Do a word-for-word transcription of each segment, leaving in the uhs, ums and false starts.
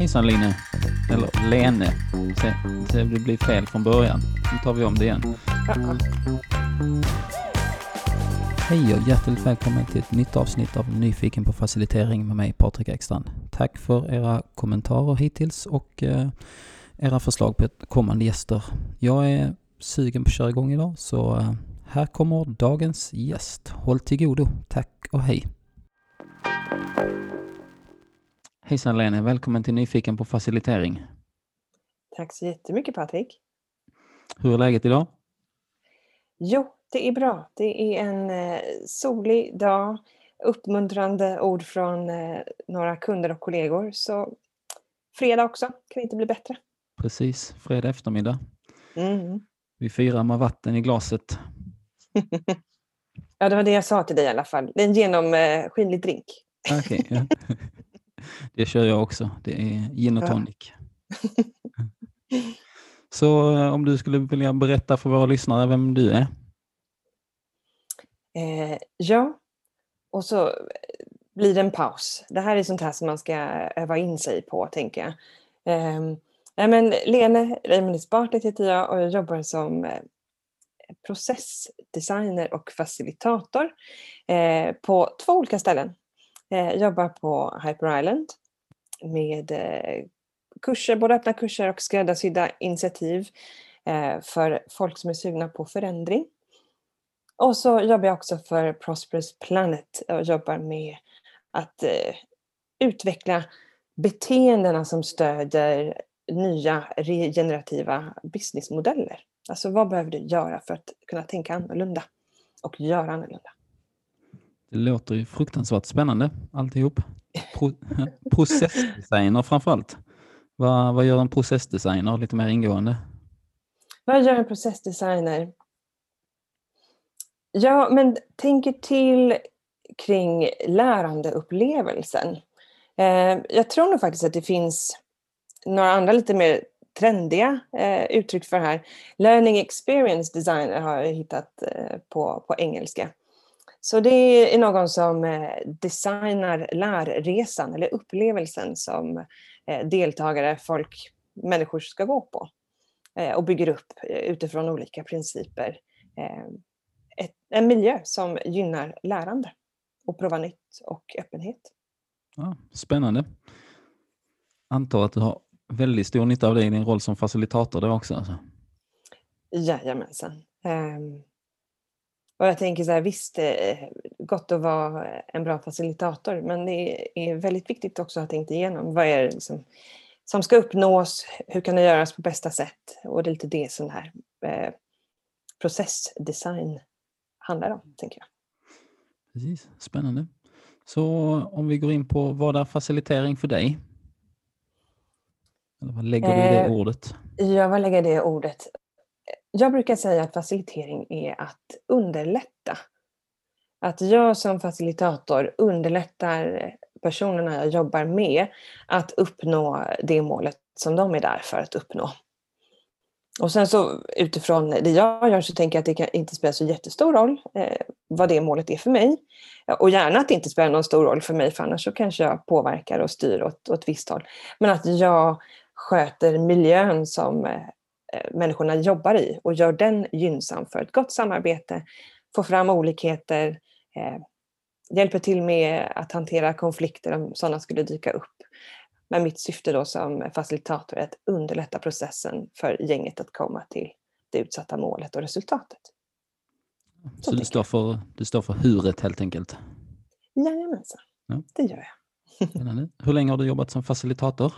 Hejsan Line, eller Lene, se, se det blir fel från början. Nu tar vi om det igen. Uh-uh. Hej och hjärtligt välkommen till ett nytt avsnitt av Nyfiken på facilitering med mig Patrik Ekstrand. Tack för era kommentarer hittills och eh, era förslag på kommande gäster. Jag är sugen på att köra igång idag, så eh, här kommer dagens gäst. Håll till godo, tack och hej. Hejsan Lene, välkommen till Nyfiken på facilitering. Tack så jättemycket Patrik. Hur är läget idag? Jo, det är bra. Det är en eh, solig dag. Uppmuntrande ord från eh, några kunder och kollegor. Så fredag också, kan inte bli bättre. Precis, fredag eftermiddag. Mm. Vi firar med vatten i glaset. Ja, det var det jag sa till dig i alla fall. Det är en genomskinlig drink. Okej, okay, ja. Det kör jag också. Det är gin och tonic. Så om du skulle vilja berätta för våra lyssnare vem du är? Eh, ja, och så blir det en paus. Det här är sånt här som man ska öva in sig på, tänker jag. Eh, ja, men Lene Reimenis Bartlett heter jag och jag jobbar som eh, processdesigner och facilitator eh, på två olika ställen. Eh, jag jobbar på Hyper Island med eh, kurser, både öppna kurser och skräddarsydda initiativ eh, för folk som är sugna på förändring. Och så jobbar jag också för Prosperous Planet och jobbar med att eh, utveckla beteendena som stöder nya regenerativa businessmodeller. Alltså vad behöver du göra för att kunna tänka annorlunda och göra annorlunda? Det låter ju fruktansvärt spännande alltihop. Pro- processdesigner framförallt. Vad, vad gör en processdesigner lite mer ingående? Vad gör en processdesigner? Ja, men tänker till kring lärandeupplevelsen. Eh, jag tror nog faktiskt att det finns några andra lite mer trendiga eh, uttryck för det här. Learning experience designer har jag hittat eh, på, på engelska. Så det är någon som eh, designar lärresan eller upplevelsen som eh, deltagare, folk, människor ska gå på. Eh, och bygger upp eh, utifrån olika principer. Eh, ett, en miljö som gynnar lärande och prova nytt och öppenhet. Ja, spännande. Antar att du har väldigt stor nytta av det i din roll som facilitator då också. Alltså. Jajamensan. Um, och jag tänker så här, visst, det är gott att vara en bra facilitator, men det är väldigt viktigt också att ha tänkt igenom vad är det liksom som ska uppnås, hur kan det göras på bästa sätt, och det är lite det som här eh, processdesign handlar om, tänker jag. Precis, spännande. Så om vi går in på vad är facilitering för dig? Eller vad lägger du i det eh, ordet? Ja, vad lägger det ordet? Jag brukar säga att facilitering är att underlätta. Att jag som facilitator underlättar personerna jag jobbar med att uppnå det målet som de är där för att uppnå. Och sen så utifrån det jag gör så tänker jag att det kan inte spela så jättestor roll eh, vad det målet är för mig. Och gärna att det inte spelar någon stor roll för mig, för annars så kanske jag påverkar och styr åt, åt ett visst håll. Men att jag sköter miljön som eh, människorna jobbar i och gör den gynnsam för ett gott samarbete, får fram olikheter, eh, hjälper till med att hantera konflikter om sådana skulle dyka upp. Men mitt syfte då som facilitator är att underlätta processen för gänget att komma till det utsatta målet och resultatet. Så, Så du, står för, du står för huret helt enkelt? Jajamensan, ja. Det gör jag. Hur länge har du jobbat som facilitator?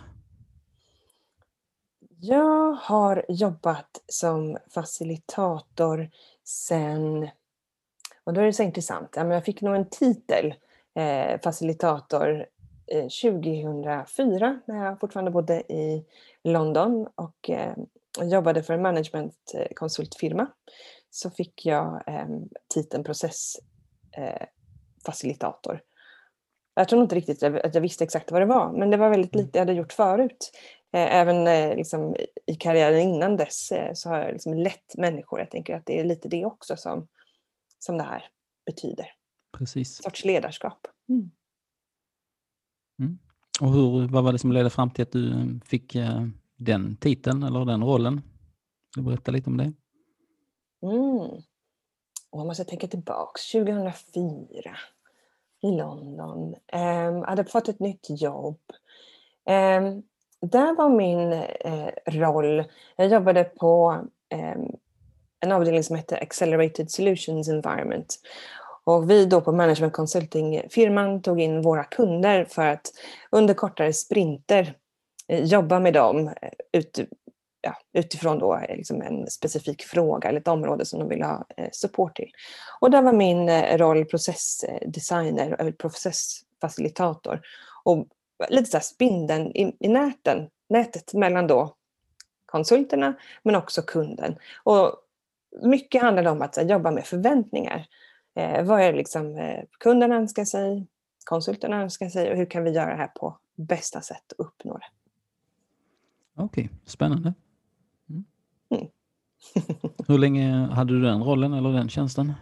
Jag har jobbat som facilitator sen, och då är det så intressant, jag fick nog en titel eh, facilitator eh, tjugohundrafyra när jag fortfarande bodde i London och eh, jobbade för en managementkonsultfirma. Så fick jag eh, titeln processfacilitator. Eh, jag tror inte riktigt att jag visste exakt vad det var, men det var väldigt lite jag hade gjort förut. Även liksom, i karriären innan dess så har jag liksom lett människor. Jag tänker att det är lite det också som, som det här betyder. Precis. En sorts ledarskap. Mm. Mm. Och hur, vad var det som ledde fram till att du fick eh, den titeln eller den rollen? Vill du berätta lite om det? Mm. Och man måste tänka tillbaks, tjugohundrafyra i London. Um, hade fått ett nytt jobb. Um, där var min uh, roll, jag jobbade på um, en avdelning som heter Accelerated Solutions Environment. Och vi då på Management Consulting-firman tog in våra kunder för att under kortare sprinter eh, jobba med dem eh, ut, ja, utifrån då liksom en specifik fråga eller ett område som de vill ha eh, support till. Och där var min eh, roll processdesigner eller processfacilitator och lite så här spindeln i, i näten, nätet mellan då konsulterna men också kunden. Och mycket handlar om att här, jobba med förväntningar. Eh, vad är det liksom eh, kunderna önskar sig, konsulterna önskar sig och hur kan vi göra det här på bästa sätt och uppnå det? Okej, spännande. Mm. Mm. Hur länge hade du den rollen eller den tjänsten?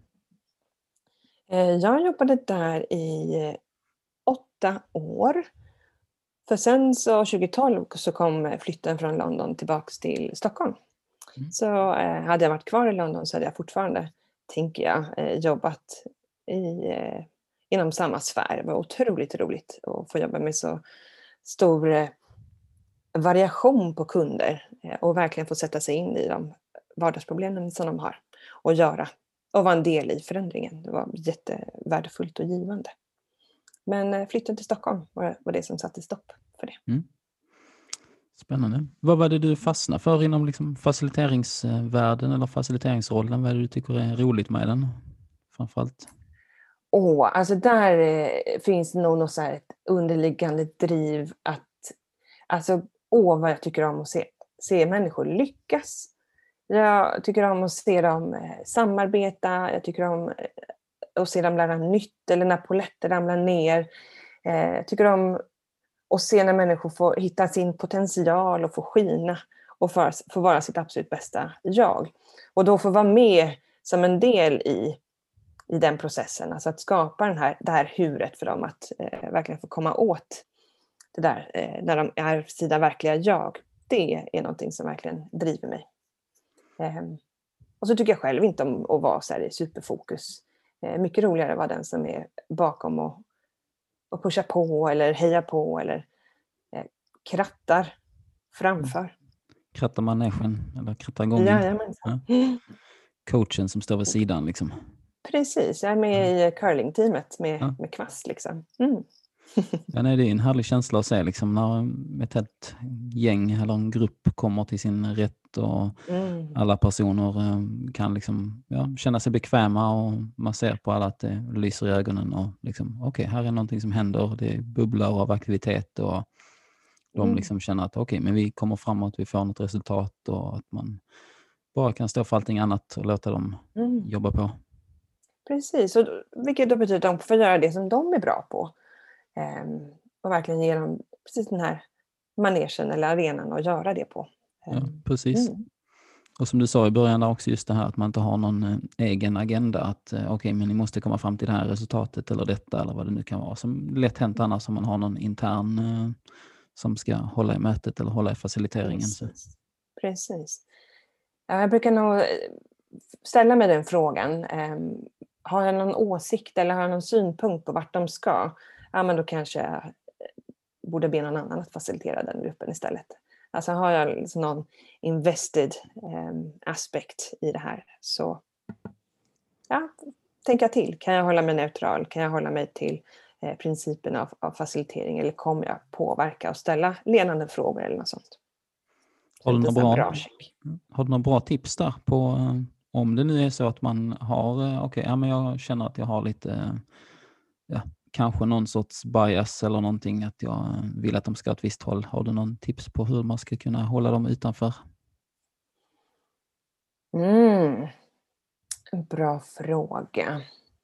Eh, jag jobbade där i eh, åtta år. För sen så tjugohundratolv så kom flytten från London tillbaks till Stockholm. Mm. Så eh, hade jag varit kvar i London så hade jag fortfarande, tänker jag, eh, jobbat i, eh, inom samma sfär. Det var otroligt roligt att få jobba med så stor eh, variation på kunder eh, och verkligen få sätta sig in i de vardagsproblemen som de har och göra och vara en del i förändringen. Det var jättevärdefullt och givande. Men eh, flytten till Stockholm var, var det som satte stopp för det. Mm. Spännande. Vad var det du fastnade för inom liksom faciliteringsvärlden eller faciliteringsrollen? Vad är det du tycker är roligt med den framförallt? Åh, alltså där eh, finns nog något så här ett underliggande driv att, alltså åh vad jag tycker om att se, se människor lyckas. Jag tycker om att se dem eh, samarbeta, jag tycker om eh, att se dem lära nytt eller när polletter ramlar ner. Eh, jag tycker om att se när människor får hitta sin potential och få skina och få, få vara sitt absolut bästa jag. Och då få vara med som en del i i den processen, alltså att skapa den här, det här huret för dem att eh, verkligen få komma åt det där eh, när de är sina verkliga jag. Det är någonting som verkligen driver mig. Eh, och så tycker jag själv inte om att vara så här i superfokus. Eh, mycket roligare att vara den som är bakom och, och pushar på eller hejar på eller eh, krattar framför. Krattar manegen eller krattar gången? Jajamensan. Ja. Coachen som står vid sidan liksom. Precis, jag är med i curlingteamet med, ja. med kvast liksom. Mm. Ja, nej, det är en härlig känsla att se liksom, när ett helt gäng eller en grupp kommer till sin rätt och mm. alla personer eh, kan liksom, ja, känna sig bekväma och man ser på alla att det lyser i ögonen och liksom, okej, okay, här är någonting som händer, det bubblar av aktivitet och de mm. liksom känner att okej, okay, men vi kommer framåt, vi får något resultat och att man bara kan stå för allting annat och låta dem mm. jobba på. Precis, och vilket då betyder att de får göra det som de är bra på. Um, och verkligen ge dem precis den här manegen eller arenan att göra det på. Um, ja, precis. Mm. Och som du sa i början där också just det här att man inte har någon eh, egen agenda att eh, okej, okay, men ni måste komma fram till det här resultatet eller detta eller vad det nu kan vara. Som lätt hänt annars om man har någon intern eh, som ska hålla i mötet eller hålla i faciliteringen. Precis. Precis. Jag brukar nog ställa mig den frågan. Um, har jag någon åsikt eller har jag någon synpunkt på vart de ska? Ja, men då kanske jag borde be någon annan att facilitera den gruppen istället. Alltså har jag liksom någon invested um, aspekt i det här så ja, tänka till. Kan jag hålla mig neutral? Kan jag hålla mig till eh, principen av, av facilitering eller kommer jag påverka och ställa ledande frågor eller något sånt? Har du, några bra, bra har du några bra tips där på om det nu är så att man har, okej, okay, ja, men jag känner att jag har lite, ja, kanske någon sorts bias eller någonting att jag vill att de ska åt ett visst håll. Har du någon tips på hur man ska kunna hålla dem utanför? Mm. En bra fråga.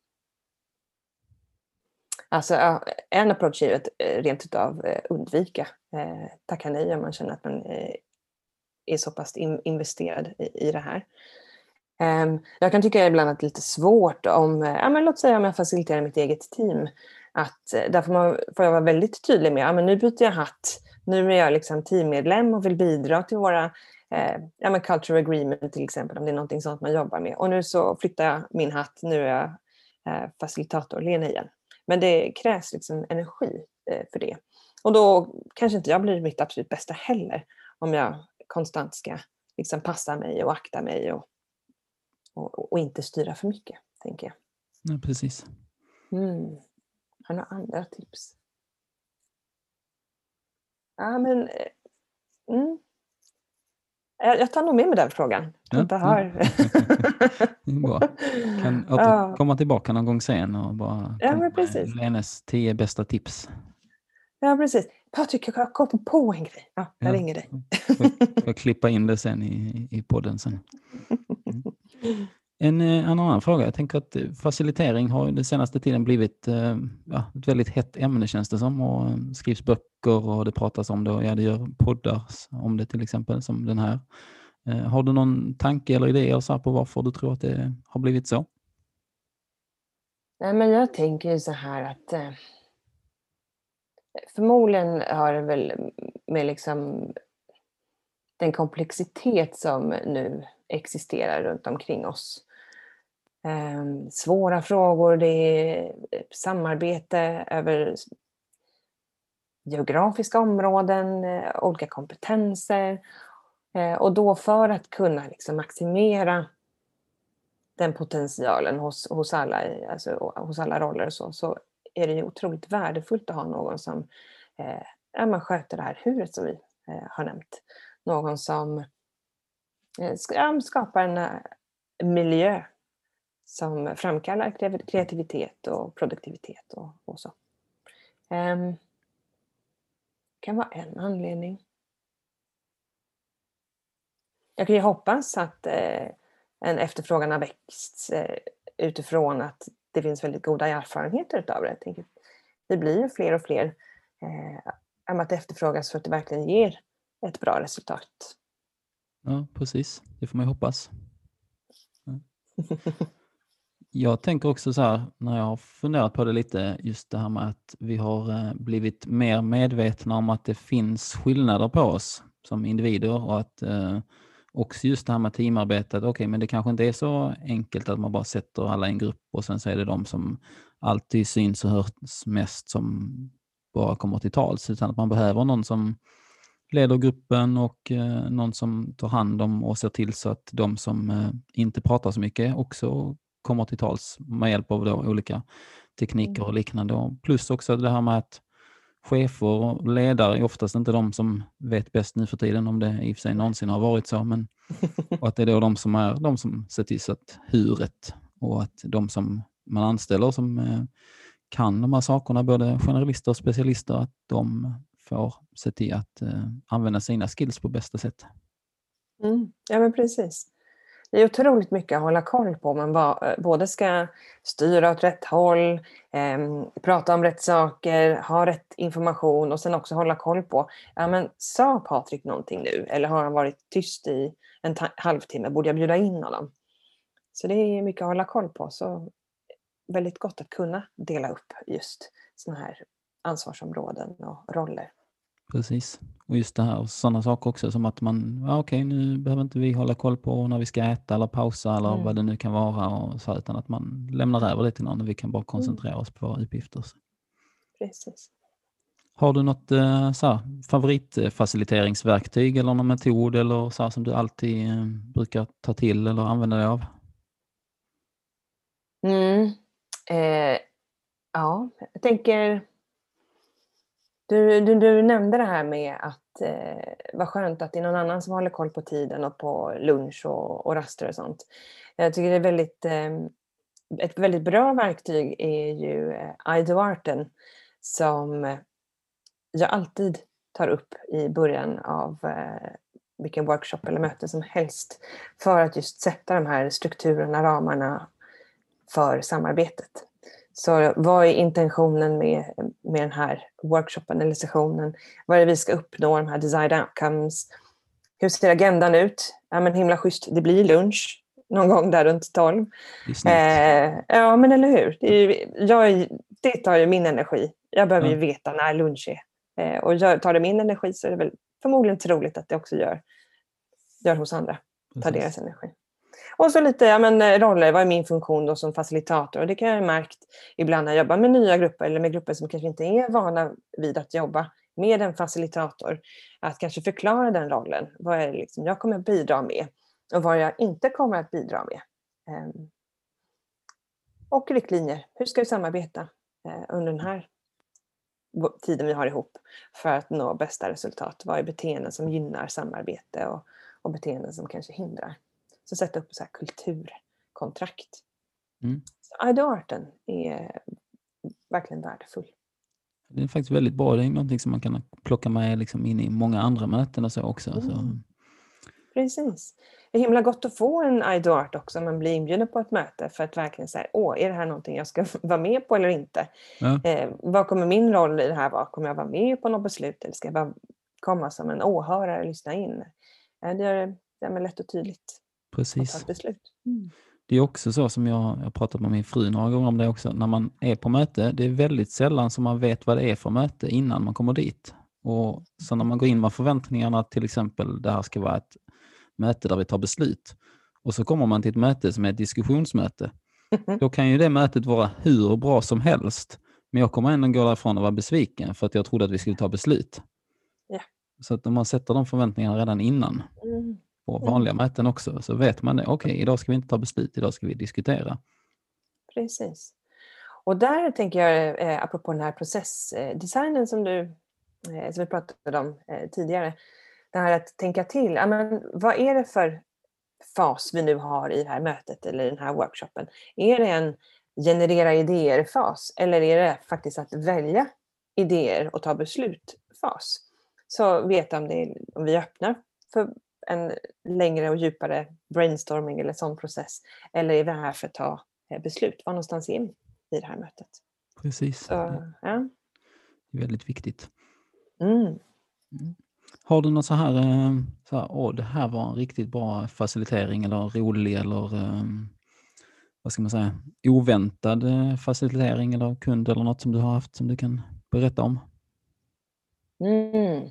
Alltså en approach är att rent utav undvika. Tacka nej om man känner att man är så pass investerad i det här. Jag kan tycka ibland att det är lite svårt om, ja men låt säga om jag faciliterar mitt eget team. Att, eh, där får, man, får jag vara väldigt tydlig med, ja, men nu byter jag hatt, nu är jag liksom teammedlem och vill bidra till våra eh, ja, men culture agreement till exempel, om det är någonting sånt man jobbar med. Och nu så flyttar jag min hatt, nu är jag eh, facilitator Lena igen. Men det krävs liksom energi eh, för det. Och då kanske inte jag blir mitt absolut bästa heller, om jag konstant ska liksom passa mig och akta mig och, och, och inte styra för mycket, tänker jag. Ja, precis. Mm. Har några andra tips? Ja, men... Mm. Jag, jag tar nog med mig den frågan. Jag Ja, inte ja. har. Det är bra. Kan åter, Ja. komma tillbaka någon gång sen och bara Ja, komma men precis. med Lenes tio bästa tips. Ja, precis. Patrik, jag kom på en grej. Ja, jag Ja. ringer dig. Får, får jag klippa in det sen i, i podden sen. Mm. En, en annan fråga. Jag tänker att facilitering har den senaste tiden blivit eh, ja, ett väldigt hett ämne, känns det som. Och eh, skrivs böcker och det pratas om det. Och ja, det gör poddar om det till exempel, som den här. Eh, har du någon tanke eller idé eller så här på varför du tror att det har blivit så? Nej, men jag tänker ju så här att eh, förmodligen har det väl med liksom den komplexitet som nu existerar runt omkring oss. Eh, svåra frågor, det är samarbete över geografiska områden, eh, olika kompetenser. Eh, och då för att kunna liksom maximera den potentialen hos, hos, alla, alltså, hos alla roller och så, så är det ju otroligt värdefullt att ha någon som eh, ja, man sköter det här huret som vi eh, har nämnt. Någon som eh, skapar en eh, miljö som framkallar kreativitet och produktivitet och, och så. Um, kan vara en anledning. Jag kan ju hoppas att eh, en efterfrågan har växt eh, utifrån att det finns väldigt goda erfarenheter av det. Jag tänker, det blir ju fler och fler eh, att efterfrågas för att det verkligen ger ett bra resultat. Ja, precis. Det får man ju hoppas. Ja. Jag tänker också så här, när jag har funderat på det lite, just det här med att vi har blivit mer medvetna om att det finns skillnader på oss som individer och att eh, också just det här med teamarbetet, okej, okay, men det kanske inte är så enkelt att man bara sätter alla i en grupp och sen så är det de som alltid syns och hörs mest som bara kommer till tals, utan att man behöver någon som leder gruppen och eh, någon som tar hand om och ser till så att de som eh, inte pratar så mycket också kommer till tals med hjälp av då olika tekniker och liknande. Och plus också det här med att chefer och ledare är oftast inte de som vet bäst nu för tiden, om det i och för sig någonsin har varit så, men och att det är då de som är de som ser till så att huret och att de som man anställer som eh, kan de här sakerna, både generalister och specialister, att de får se till att eh, använda sina skills på bästa sätt. Mm. Ja, men precis. Det är otroligt mycket att hålla koll på. Man ba, både ska styra åt rätt håll, eh, prata om rätt saker, ha rätt information och sen också hålla koll på, ja men sa Patrik någonting nu? Eller har han varit tyst i en ta- halvtimme? Borde jag bjuda in honom? Så det är mycket att hålla koll på. Så väldigt gott att kunna dela upp just såna här ansvarsområden och roller. Precis. Och just det här, sådana saker också som att man, ja okej, nu behöver inte vi hålla koll på när vi ska äta eller pausa eller mm. vad det nu kan vara, och så, utan att man lämnar över det till någon och vi kan bara koncentrera oss på våra uppgifter. Precis. Har du något så här, favoritfaciliteringsverktyg eller någon metod eller så här, som du alltid brukar ta till eller använda dig av? Mm. Eh, ja, jag tänker Du, du, du nämnde det här med att eh, vad skönt att det är någon annan som håller koll på tiden och på lunch och, och raster och sånt. Jag tycker det är väldigt, eh, ett väldigt bra verktyg är ju eh, iDoarten, som jag alltid tar upp i början av eh, vilken workshop eller möte som helst, för att just sätta de här strukturerna, ramarna för samarbetet. Så vad är intentionen med, med den här workshopen eller sessionen? Vad är det vi ska uppnå, de här desired outcomes? Hur ser agendan ut? Ja, men himla schysst, det blir lunch någon gång där runt tolv. Eh, ja, men eller hur? Det är, jag det tar ju min energi. Jag behöver Ja. ju veta när lunch är. Eh, och gör, tar det min energi så är det väl förmodligen troligt att det också gör, gör hos andra. Tar Precis. deras energi. Och så lite ja, men, roller, vad är min funktion då som facilitator? Och det kan jag ha märkt ibland när jag jobbar med nya grupper eller med grupper som kanske inte är vana vid att jobba med en facilitator. Att kanske förklara den rollen. Vad är det liksom jag kommer att bidra med och vad jag inte kommer att bidra med. Um, och riktlinjer. Hur ska vi samarbeta uh, under den här tiden vi har ihop för att nå bästa resultat? Vad är beteenden som gynnar samarbete och, och beteenden som kanske hindrar? Så sätta upp så här kulturkontrakt. Mm. Så I D O-arten är verkligen värdefull. Det är faktiskt väldigt bra. Det är någonting som man kan plocka med liksom in i många andra möten och så också. Mm. Så. Precis. Det är himla gott att få en I D O-art också om man blir inbjuden på ett möte för att verkligen säga, åh, är det här någonting jag ska vara med på eller inte? Ja. Eh, vad kommer min roll i det här vara? Kommer jag vara med på något beslut eller ska jag bara komma som en åhörare och lyssna in? Eh, det är, det är lätt och tydligt. Precis. Att ta ett beslut. Mm. Det är också så som jag har pratat med min fru några gånger om det också. När man är på möte, det är väldigt sällan som man vet vad det är för möte innan man kommer dit. Och så när man går in med förväntningarna, till exempel det här ska vara ett möte där vi tar beslut. Och så kommer man till ett möte som är ett diskussionsmöte. Då kan ju det mötet vara hur bra som helst. Men jag kommer ändå gå därifrån och vara besviken för att jag trodde att vi skulle ta beslut. Ja. Så att om man sätter de förväntningarna redan innan. Mm. På vanliga mm. möten också, så vet man det. Okej, okay, idag ska vi inte ta beslut, idag ska vi diskutera. Precis. Och där tänker jag, eh, apropå den här processdesignen som du eh, som vi pratade om eh, tidigare. Det här att tänka till, ja, men vad är det för fas vi nu har i det här mötet eller i den här workshopen? Är det en generera idéer-fas eller är det faktiskt att välja idéer och ta beslut-fas? Så veta om, det är, om vi öppnar för en längre och djupare brainstorming eller sån process. Eller är vi här för att ta beslut? Var någonstans är vi i det här mötet? Precis. Så, ja. Det är väldigt viktigt. Mm. Mm. Har du något så här, så här åh, det här var en riktigt bra facilitering eller rolig eller vad ska man säga, oväntad facilitering eller kund eller något som du har haft som du kan berätta om? Mm.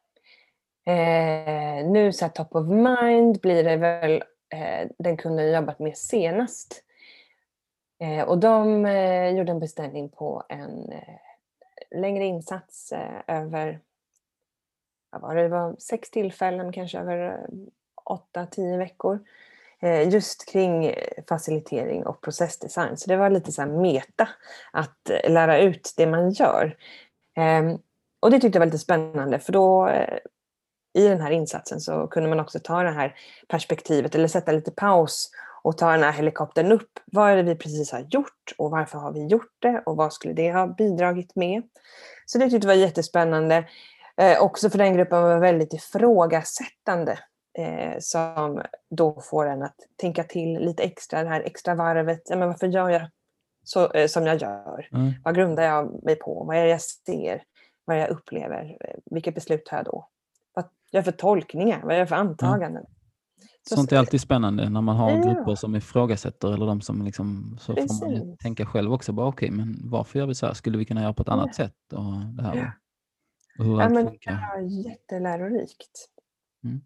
Eh, nu så här top of mind blir det väl eh, den kunden jag jobbat med senast. Eh, och de eh, gjorde en beställning på en eh, längre insats eh, över vad var det, det var sex tillfällen, kanske över åtta, tio veckor. Eh, just kring facilitering och processdesign. Så det var lite så här meta att eh, lära ut det man gör. Eh, och det tyckte jag var lite spännande för då eh, i den här insatsen så kunde man också ta det här perspektivet eller sätta lite paus och ta den här helikoptern upp. Vad är det vi precis har gjort och varför har vi gjort det och vad skulle det ha bidragit med? Så det tyckte jag var jättespännande. Eh, också för den gruppen var väldigt ifrågasättande eh, som då får en att tänka till lite extra, det här extra varvet. Ja, men varför gör jag så eh, som jag gör? Mm. Vad grundar jag mig på? Vad är det jag ser? Vad är det jag upplever? Vilket beslut tar jag då? Vad gör jag för tolkningar? Vad gör jag för antaganden? Mm. Sånt är alltid spännande när man har ja. grupper som ifrågasätter eller de som liksom, så Precis. får man tänka själv också. Bara, okej, okay, men varför gör vi så här? Skulle vi kunna göra på ett annat ja. sätt? Och det här ja. och hur ja, men det var jättelärorikt. Mm.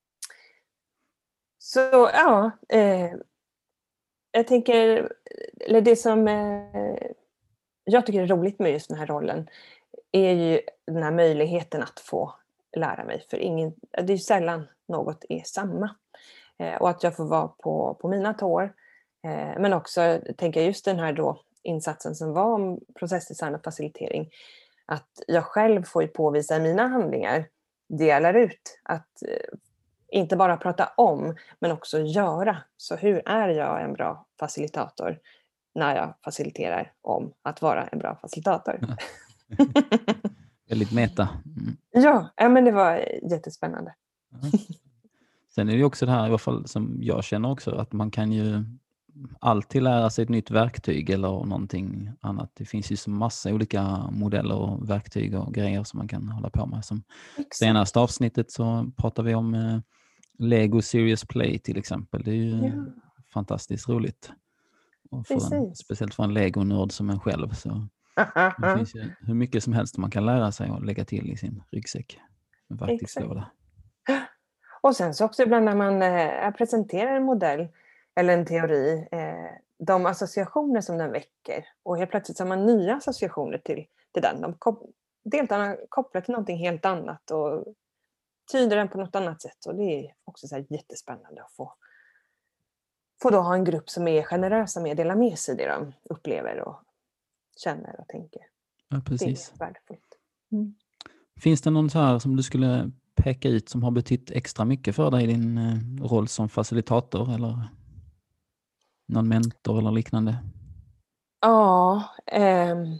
Så ja, eh, jag tänker, eller det som eh, jag tycker är roligt med just den här rollen är ju den här möjligheten att få lära mig. För ingen, det är ju sällan något är samma. Eh, och att jag får vara på, på mina tår. Eh, men också tänker jag just den här då insatsen som var om processdesign och facilitering. Att jag själv får ju påvisa i mina handlingar det jag lär ut. Att eh, inte bara prata om men också göra. Så hur är jag en bra facilitator när jag faciliterar om att vara en bra facilitator? Ja. Väldigt meta. Mm. Ja, men det var jättespännande. Ja. Sen är det också det här i alla fall som jag känner också att man kan ju alltid lära sig ett nytt verktyg eller någonting annat. Det finns ju så massa olika modeller och verktyg och grejer som man kan hålla på med. Som senaste avsnittet så pratar vi om eh, Lego Serious Play till exempel. Det är ju ja. fantastiskt roligt. Och för en, speciellt för en Lego-nörd som en själv. Så. Det finns ju hur mycket som helst man kan lära sig och lägga till i sin ryggsäck. En verktygslåda. Och sen så också ibland när man eh, presenterar en modell eller en teori, eh, de associationer som den väcker. Och helt plötsligt så har man nya associationer till, till den. De kop- deltagarna kopplar till någonting helt annat och tyder den på något annat sätt. Och det är också så här jättespännande att få, få då ha en grupp som är generösa med att dela med sig det de upplever och känner och tänker. Ja, precis. Det är värdefullt. Mm. Finns det någon så här som du skulle peka ut som har betytt extra mycket för dig i din eh, roll som facilitator eller någon mentor eller liknande? Ja, ehm,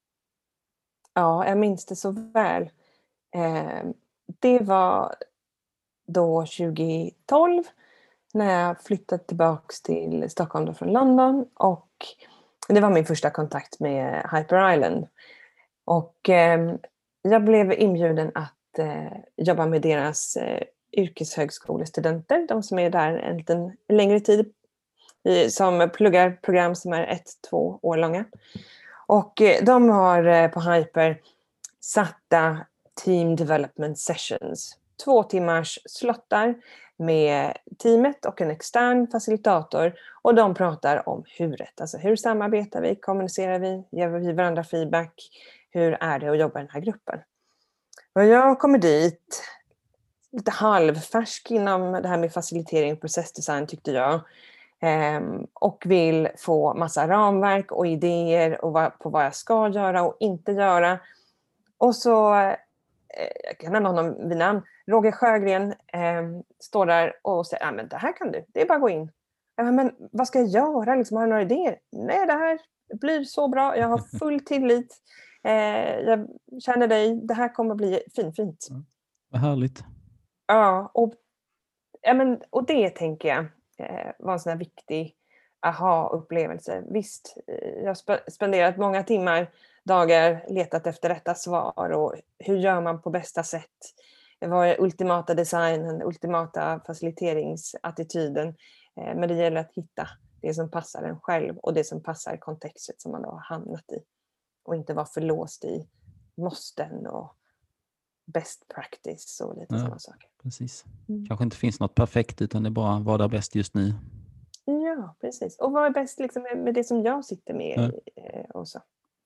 ja, jag minns det så väl. Ehm, det var då tjugohundratolv när jag flyttade tillbaka till Stockholm då från London, och det var min första kontakt med Hyper Island. Och eh, jag blev inbjuden att eh, jobba med deras eh, yrkeshögskolestudenter, de som är där en liten längre tid, i, som pluggar program som är ett, två år långa. Och eh, de har eh, på Hyper satta team development sessions. Två timmars slottar med teamet och en extern facilitator. Och de pratar om huret. Alltså hur samarbetar vi, kommunicerar vi, ger vi varandra feedback. Hur är det att jobba i den här gruppen? Och jag kommer dit lite halvfärsk inom det här med facilitering och processdesign, tyckte jag. Ehm, och vill få massa ramverk och idéer och vad, på vad jag ska göra och inte göra. Och så, eh, jag kan nämna honom vid namn, Roger Sjögren eh, står där och säger, ja men det här kan du, det är bara att gå in. Ja, men vad ska jag göra, liksom, har du några idéer? Nej, det här blir så bra, jag har full tillit, eh, jag känner dig, det här kommer att bli fin, fint. Mm. Vad härligt. Ja, och, ja men, och det tänker jag eh, var en sån här viktig aha-upplevelse. Visst, jag har sp- spenderat många timmar, dagar, letat efter rätta svar och hur gör man på bästa sätt? Vad är ultimata designen, ultimata faciliteringsattityden? Eh, men det gäller att hitta det som passar en själv och det som passar kontexten som man då har hamnat i. Och inte vara för låst i måsten och best practice och lite Ja, sådana saker. Precis. Mm. Kanske inte finns något perfekt utan det är bara vad är bäst just nu. Ja, precis. Och vad är bäst liksom med det som jag sitter med Ja. i, och så.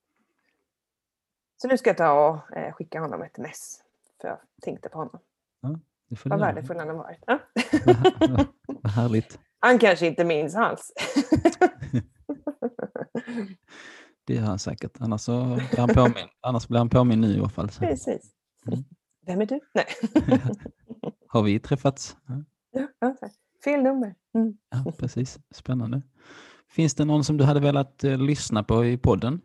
Så nu ska jag ta och eh, skicka honom ett mess. För jag tänkte på honom. Ja, det får Vad du göra. värdefull han har varit. Ja. Vad, vad, vad härligt. Han kanske inte minns alls. Det gör han säkert. Annars, så blir han påminn. Annars blir han påminn nu i alla fall. Så. Precis. Mm. Vem är du? Nej. Har vi träffats? Ja, Ja, ja, fel nummer. Mm. ja, precis. Spännande. Finns det någon som du hade velat eh, lyssna på i podden?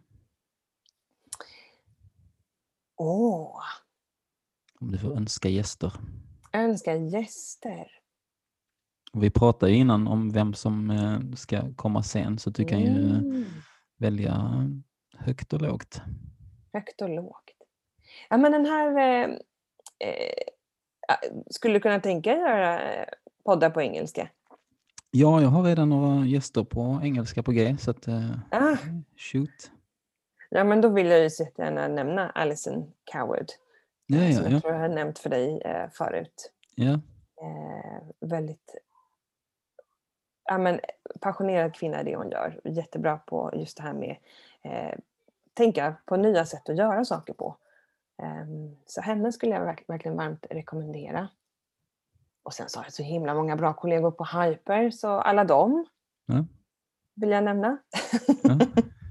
Åh, Om du får önska gäster. önskar gäster. Och vi pratade ju innan om vem som eh, ska komma sen, så du kan ju eh, Mm. välja högt och lågt. Högt och lågt. Ja, men den här... Eh, eh, skulle du kunna tänka dig göra eh, poddar på engelska? Ja, jag har redan några gäster på engelska på G, så att, eh, Ah. shoot. Ja, men då vill jag ju så gärna nämna Alison Coward. Ja, eh, ja, som jag ja. tror jag har nämnt för dig eh, förut. Ja, Eh, väldigt ja, men, passionerad kvinna i det hon gör. Jättebra på just det här med eh, tänka på nya sätt att göra saker på. Eh, så henne skulle jag verk- verkligen varmt rekommendera. Och sen så har jag så himla många bra kollegor på Hyper, så alla dem ja, vill jag nämna. ja.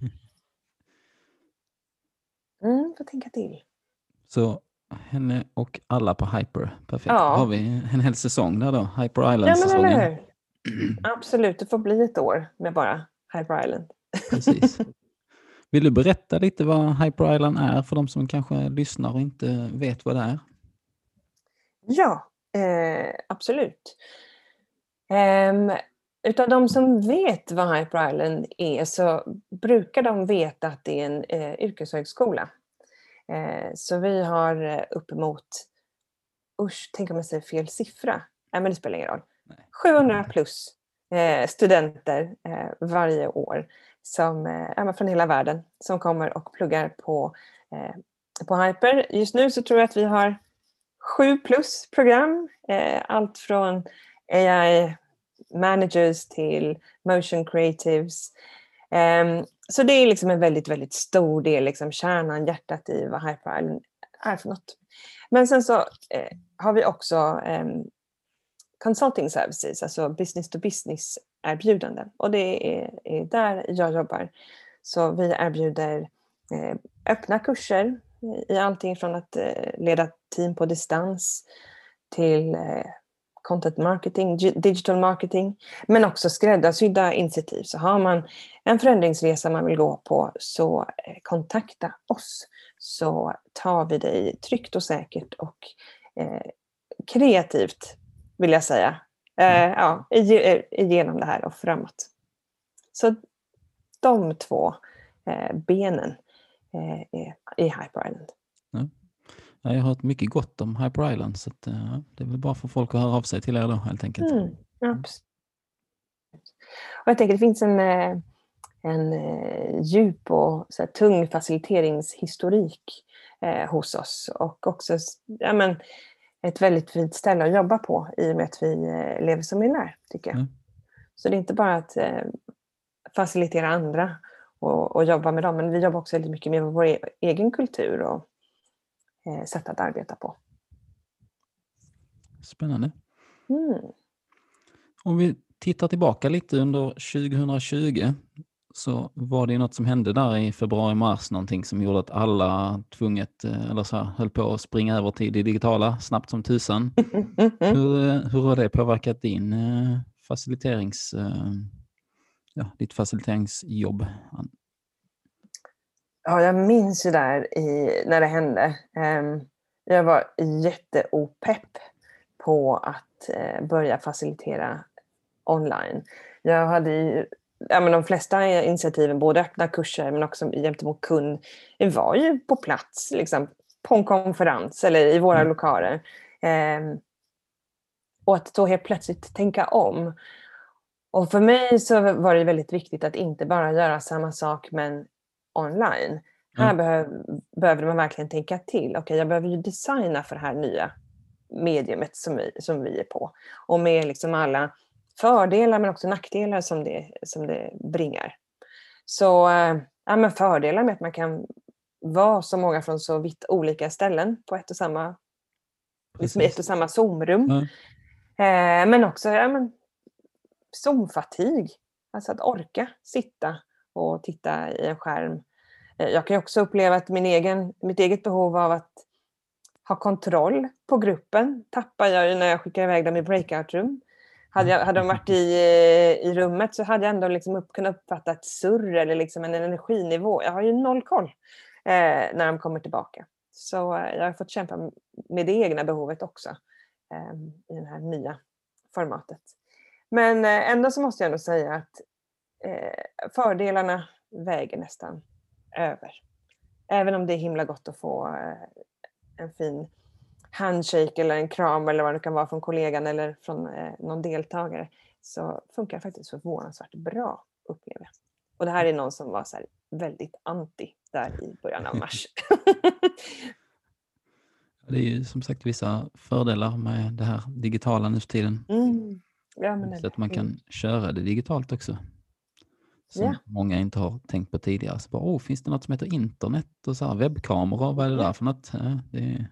mm, får tänka till. Så henne och alla på Hyper. Perfekt. Ja. Har vi en hel säsong där då? Hyper Ja, men Island-säsongen. eller hur? Absolut, det får bli ett år med bara Hyper Island. Precis. Vill du berätta lite vad Hyper Island är för de som kanske lyssnar och inte vet vad det är? Ja, eh, absolut. Um, utav de som vet vad Hyper Island är så brukar de veta att det är en eh, yrkeshögskola. Eh, så vi har eh, uppemot, usch, tänk om jag säger fel siffra. Nej, men det spelar ingen roll. Nej. sjuhundra plus eh, studenter eh, varje år som, eh, från hela världen som kommer och pluggar på, eh, på Hyper. Just nu så tror jag att vi har sju plus program. Eh, allt från A I managers till motion creatives. Um, så det är liksom en väldigt, väldigt stor del, liksom kärnan, hjärtat i vad Hyper Island är för något. Men sen så eh, har vi också um, consulting services, alltså business to business erbjudande. Och det är, är där jag jobbar. Så vi erbjuder eh, öppna kurser i allting från att eh, leda team på distans till eh, content marketing, digital marketing, men också skräddarsydda initiativ. Så har man en förändringsresa man vill gå på, så eh, kontakta oss, så tar vi dig tryggt och säkert och eh, kreativt, vill jag säga, eh, ja, igenom det här och framåt. Så de två eh, benen eh, är i Hyper Island. Ja. Jag har hört mycket gott om Hyper Island, så att, uh, det är väl bara för folk att höra av sig till er då, helt enkelt. Mm, absolut. Och jag tänker det finns en, en djup och så här, tung faciliteringshistorik eh, hos oss, och också ja, men, ett väldigt fint ställe att jobba på i och med att vi eh, lever som vi lär, tycker jag. Mm. Så det är inte bara att eh, facilitera andra och, och jobba med dem, men vi jobbar också väldigt mycket med vår e- egen kultur och eh, sätt att arbeta på. Spännande. Mm. Om vi tittar tillbaka lite under tjugohundratjugo, så var det något som hände där i februari-mars, någonting som gjorde att alla tvunget, eller så här, höll på att springa över till det digitala snabbt som tusan. Mm, mm. Hur, hur har det påverkat din eh, faciliterings, eh, ja, ditt faciliteringsjobb? Ja, jag minns ju där i, när det hände. Um, jag var jätteopepp på att uh, börja facilitera online. Jag hade ju, ja, men de flesta initiativen, både öppna kurser men också gentemot kund, det var ju på plats, liksom, på en konferens eller i våra mm. lokaler. Um, och att då helt plötsligt tänka om. Och för mig så var det väldigt viktigt att inte bara göra samma sak men online. Mm. Här behöv, behövde man verkligen tänka till. Okej, okay, jag behöver ju designa för det här nya mediumet som vi, som vi är på. Och med liksom alla fördelar men också nackdelar som det, som det bringar. Så ja, men fördelar med att man kan vara så många från så vitt olika ställen på ett och samma, liksom ett och samma Zoom-rum. Mm. Eh, men också ja, men, Zoom-fatig. Alltså att orka sitta och titta i en skärm. Jag kan ju också uppleva att min egen, mitt eget behov av att ha kontroll på gruppen tappar jag ju när jag skickar iväg dem i breakout-rum. Hade, jag, hade de varit i, i rummet så hade jag ändå liksom upp, kunnat uppfatta ett surr eller liksom en energinivå. Jag har ju noll koll eh, när de kommer tillbaka. Så eh, jag har fått kämpa med det egna behovet också eh, i det här nya formatet. Men eh, ändå så måste jag ändå säga att eh, fördelarna väger nästan över. Även om det är himla gott att få eh, en fin handshake eller en kram eller vad det kan vara från kollegan eller från eh, någon deltagare, så funkar det faktiskt förvånansvärt bra, upplever jag. Och det här är någon som var så här väldigt anti där i början av mars. Det är ju som sagt vissa fördelar med det här digitala nu för tiden. Mm. Ja, men så att man kan mm. köra det digitalt också. Som yeah. många inte har tänkt på tidigare. Så bara, oh, finns det något som heter internet och så här webbkameror? Vad är det där för något? Ja, det, det.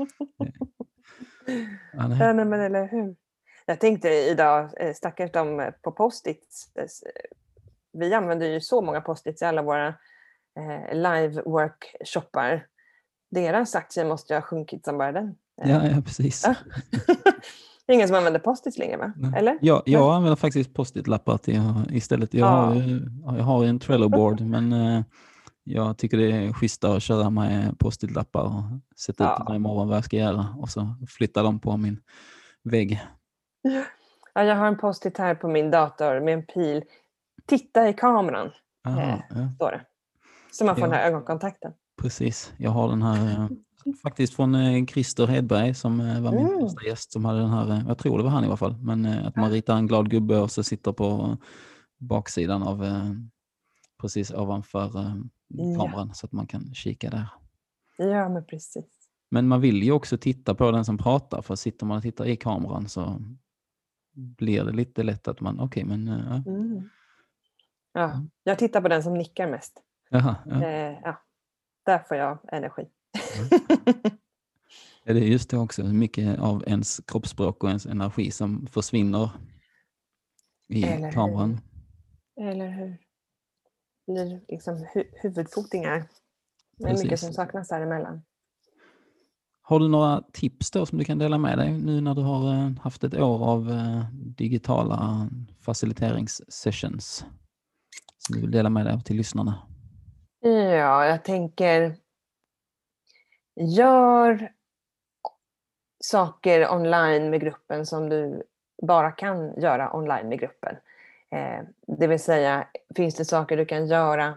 Ja, nej, men eller hur? Jag tänkte idag, stackars de på post-its. Vi använder ju så många post-its i alla våra eh, live-workshoppar. Deras aktier måste ju ha sjunkit som bara den. Ja, ja precis. Det är ingen som använder post-its längre, va? Eller? Ja, jag Nej. använder faktiskt post-it-lappar till, istället. Jag, ja. har ju, jag har ju en Trello-board, men eh, jag tycker det är schysst att köra med post-it-lappar och sätta ja. ut varje morgon vad jag ska göra och så flytta dem på min vägg. Ja, jag har en post-it här på min dator med en pil. Titta i kameran, Aha, eh, ja. står det. Så man får ja. den här ögonkontakten. Precis, jag har den här... Faktiskt från eh, Christer Hedberg som eh, var min mm. första gäst som hade den här, eh, jag tror det var han i alla fall, men eh, att man ritar en glad gubbe och så sitter på baksidan av eh, precis ovanför eh, Ja, kameran så att man kan kika där. ja men precis. Men man vill ju också titta på den som pratar, för sitter man och tittar i kameran så blir det lite lätt att man, okej men... eh, Mm. Ja, Mm. jag tittar på den som nickar mest. Jaha, ja. Eh, ja, där får jag energi. Ja. Ja, det är just det också, hur mycket av ens kroppsspråk och ens energi som försvinner i Eller hur? kameran. Eller hur? Blir liksom hu- huvudfotingar. Det är mycket Precis. som saknas däremellan. Har du några tips då som du kan dela med dig nu när du har eh, haft ett år av eh, digitala faciliteringssessions som du vill dela med dig av till lyssnarna? Ja, jag tänker gör saker online med gruppen som du bara kan göra online med gruppen. Eh, det vill säga, finns det saker du kan göra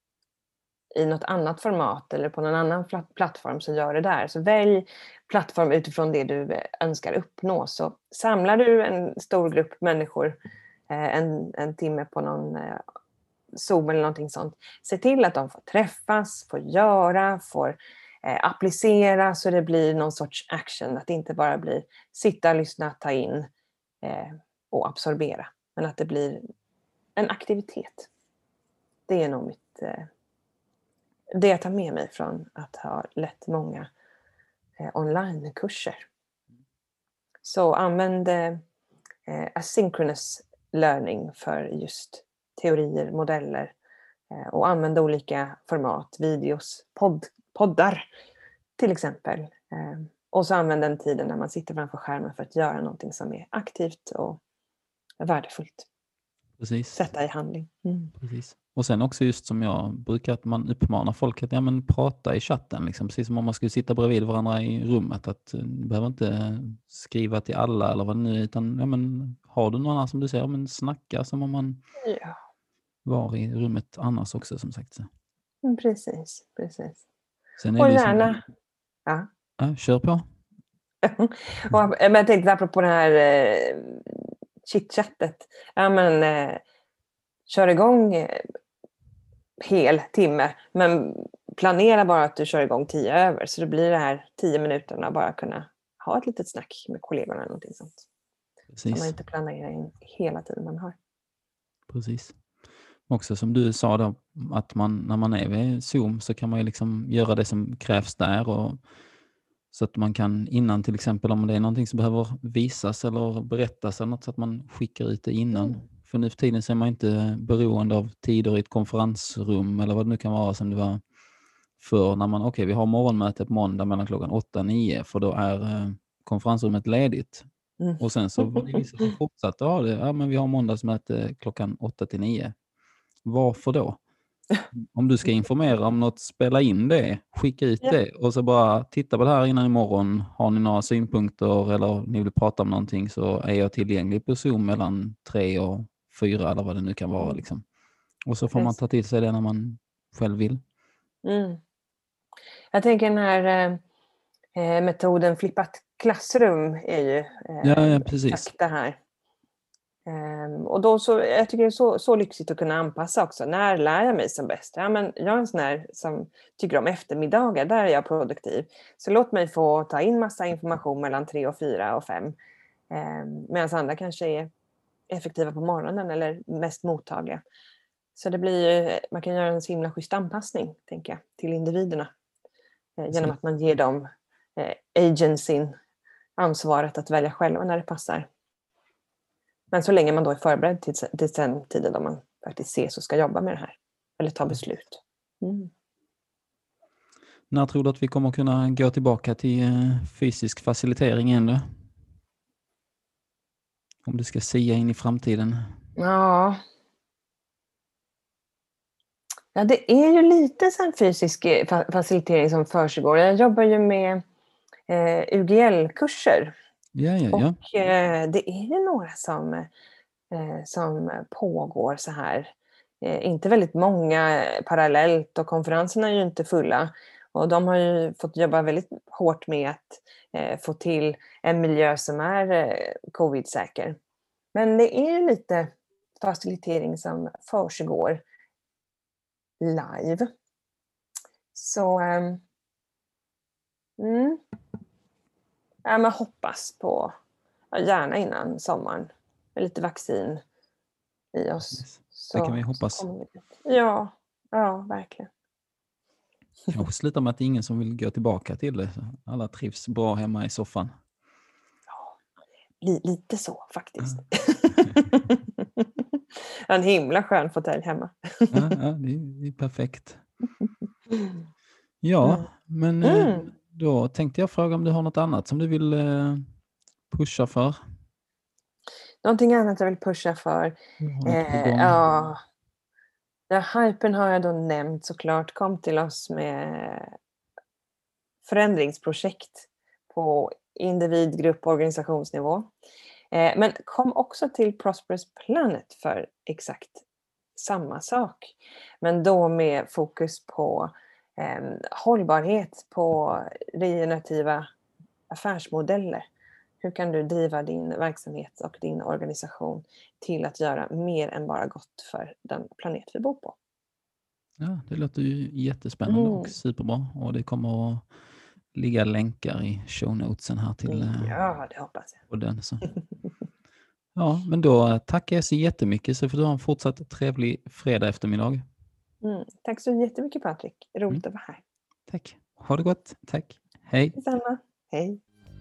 i något annat format eller på någon annan pla- plattform, så gör det där. Så välj plattform utifrån det du eh, önskar uppnå. Så samlar du en stor grupp människor eh, en, en timme på någon eh, Zoom eller någonting sånt, se till att de får träffas, får göra, får eh, applicera så det blir någon sorts action. Att det inte bara blir sitta, lyssna, ta in eh, och absorbera. Men att det blir en aktivitet. Det är nog mitt, eh, det jag tar med mig från att ha lett många eh, onlinekurser. Så använd eh, asynchronous learning för just teorier, modeller eh, och använd olika format, videos, podd, poddar till exempel. Eh, och så använd den tiden när man sitter framför skärmen för att göra någonting som är aktivt och värdefullt. Precis. Sätta i handling. Mm. Precis. Och sen också just som jag brukar, att man uppmanar folk att ja, men prata i chatten, liksom, precis som om man skulle sitta bredvid varandra i rummet. Att, eh, du behöver inte skriva till alla eller vad det nu är, utan ja, men, har du någon annan som du säger, ja, men snacka som om man Ja, var i rummet annars också som sagt. mm, precis, precis. Sen är Och det ju gärna... som, Ja. ja, kör på. Och, men jag tänkte apropå det här eh, chitchattet. Ja, men, eh, kör igång eh, hel timme. Men planera bara att du kör igång tio över. Så det blir det här tio minuterna bara kunna ha ett litet snack med kollegorna eller någonting sånt. Så man Precis. inte planerar in hela tiden man har. Precis. Också som du sa då, att man, när man är vid Zoom så kan man ju liksom göra det som krävs där, och så att man kan innan, till exempel om det är någonting som behöver visas eller berättas eller något, så att man skickar ut det innan. Mm. För nu för tiden så är man inte beroende av tider i ett konferensrum eller vad det nu kan vara som det var för när man, okej okay, vi har morgonmöte på måndag mellan klockan åtta och nio för då är eh, konferensrummet ledigt. Mm. Och sen så var det vissa som fortsatte ha det, ja men vi har måndagsmöte klockan åtta till nio. Varför då? Om du ska informera om något, spela in det, skicka ut Ja. det och så bara titta på det här innan imorgon. Har ni några synpunkter eller ni vill prata om någonting, så är jag tillgänglig på Zoom mellan tre och fyra eller vad det nu kan vara. Mm. Liksom. Och så får man Precis. ta till sig det när man själv vill. Mm. Jag tänker den här eh, metoden flippat klassrum är ju eh, Ja, ja, precis. exakt det här. Um, och då så, jag tycker det är så, så lyxigt att kunna anpassa också. När lär jag mig som bäst? Ja, men jag är en sån här som tycker om eftermiddagar, där är jag produktiv. Så låt mig få ta in massa information mellan tre och fyra och fem. Um, medan andra kanske är effektiva på morgonen eller mest mottagliga. Så det blir ju, man kan göra en så himla schysst anpassning, tänker jag, till individerna. Eh, genom att man ger dem eh, agencyn, ansvaret att välja själva när det passar. Men så länge man då är förberedd till, till den tiden då man faktiskt ses och ska jobba med det här. Eller ta beslut. Mm. När tror du att vi kommer kunna gå tillbaka till eh, fysisk facilitering igen då? Om du ska sia in i framtiden. Ja. Ja, det är ju lite sån fysisk fa- facilitering som försiggår. Jag jobbar ju med eh, U G L-kurser. Ja, ja, ja. Och eh, det är ju några som, eh, som pågår så här. Eh, inte väldigt många parallellt, och konferenserna är ju inte fulla. Och de har ju fått jobba väldigt hårt med att eh, få till en miljö som är eh, covid-säker. Men det är lite facilitering som försiggår. live. Så um, mm, ja, man hoppas på, ja, gärna innan sommaren, med lite vaccin i oss. Så, det kan vi hoppas. Så vi ja, ja, verkligen. Kanske slutar med att det är ingen som vill gå tillbaka till det. Alla trivs bra hemma i soffan. Ja, li, lite så faktiskt. Mm. En himla skön fåtölj hemma. Ja, ja det, är, det är perfekt. Ja, mm. men mm. då tänkte jag fråga om du har något annat som du vill eh, pusha för? Någonting annat jag vill pusha för? Eh, ja, ja, hypen har jag då nämnt såklart. Kom till oss med förändringsprojekt på individ, grupp och organisationsnivå. Eh, men kom också till Prosperous Planet för exakt samma sak. Men då med fokus på eh, hållbarhet, på regenerativa affärsmodeller. Hur kan du driva din verksamhet och din organisation till att göra mer än bara gott för den planet vi bor på? Ja, det låter ju jättespännande mm. och superbra. Och det kommer att ligga länkar i show notesen här till ja, det hoppas jag. Och den, så. Ja, men då tackar jag så jättemycket, så får du ha en fortsatt trevlig fredag eftermiddag. Mm. Tack så jättemycket, Patrik. Roligt mm. att vara här. Tack. Ha det gott. Tack. Hej. Detsamma. Hej.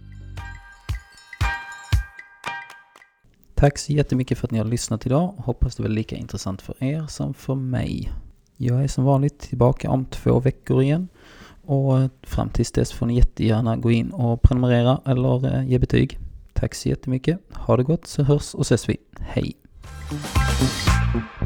Tack så jättemycket för att ni har lyssnat idag. Hoppas det var lika intressant för er som för mig. Jag är som vanligt tillbaka om två veckor igen. Och fram tills dess får ni jättegärna gå in och prenumerera eller ge betyg. Tack så jättemycket. Ha det gott, så hörs och ses vi. Hej.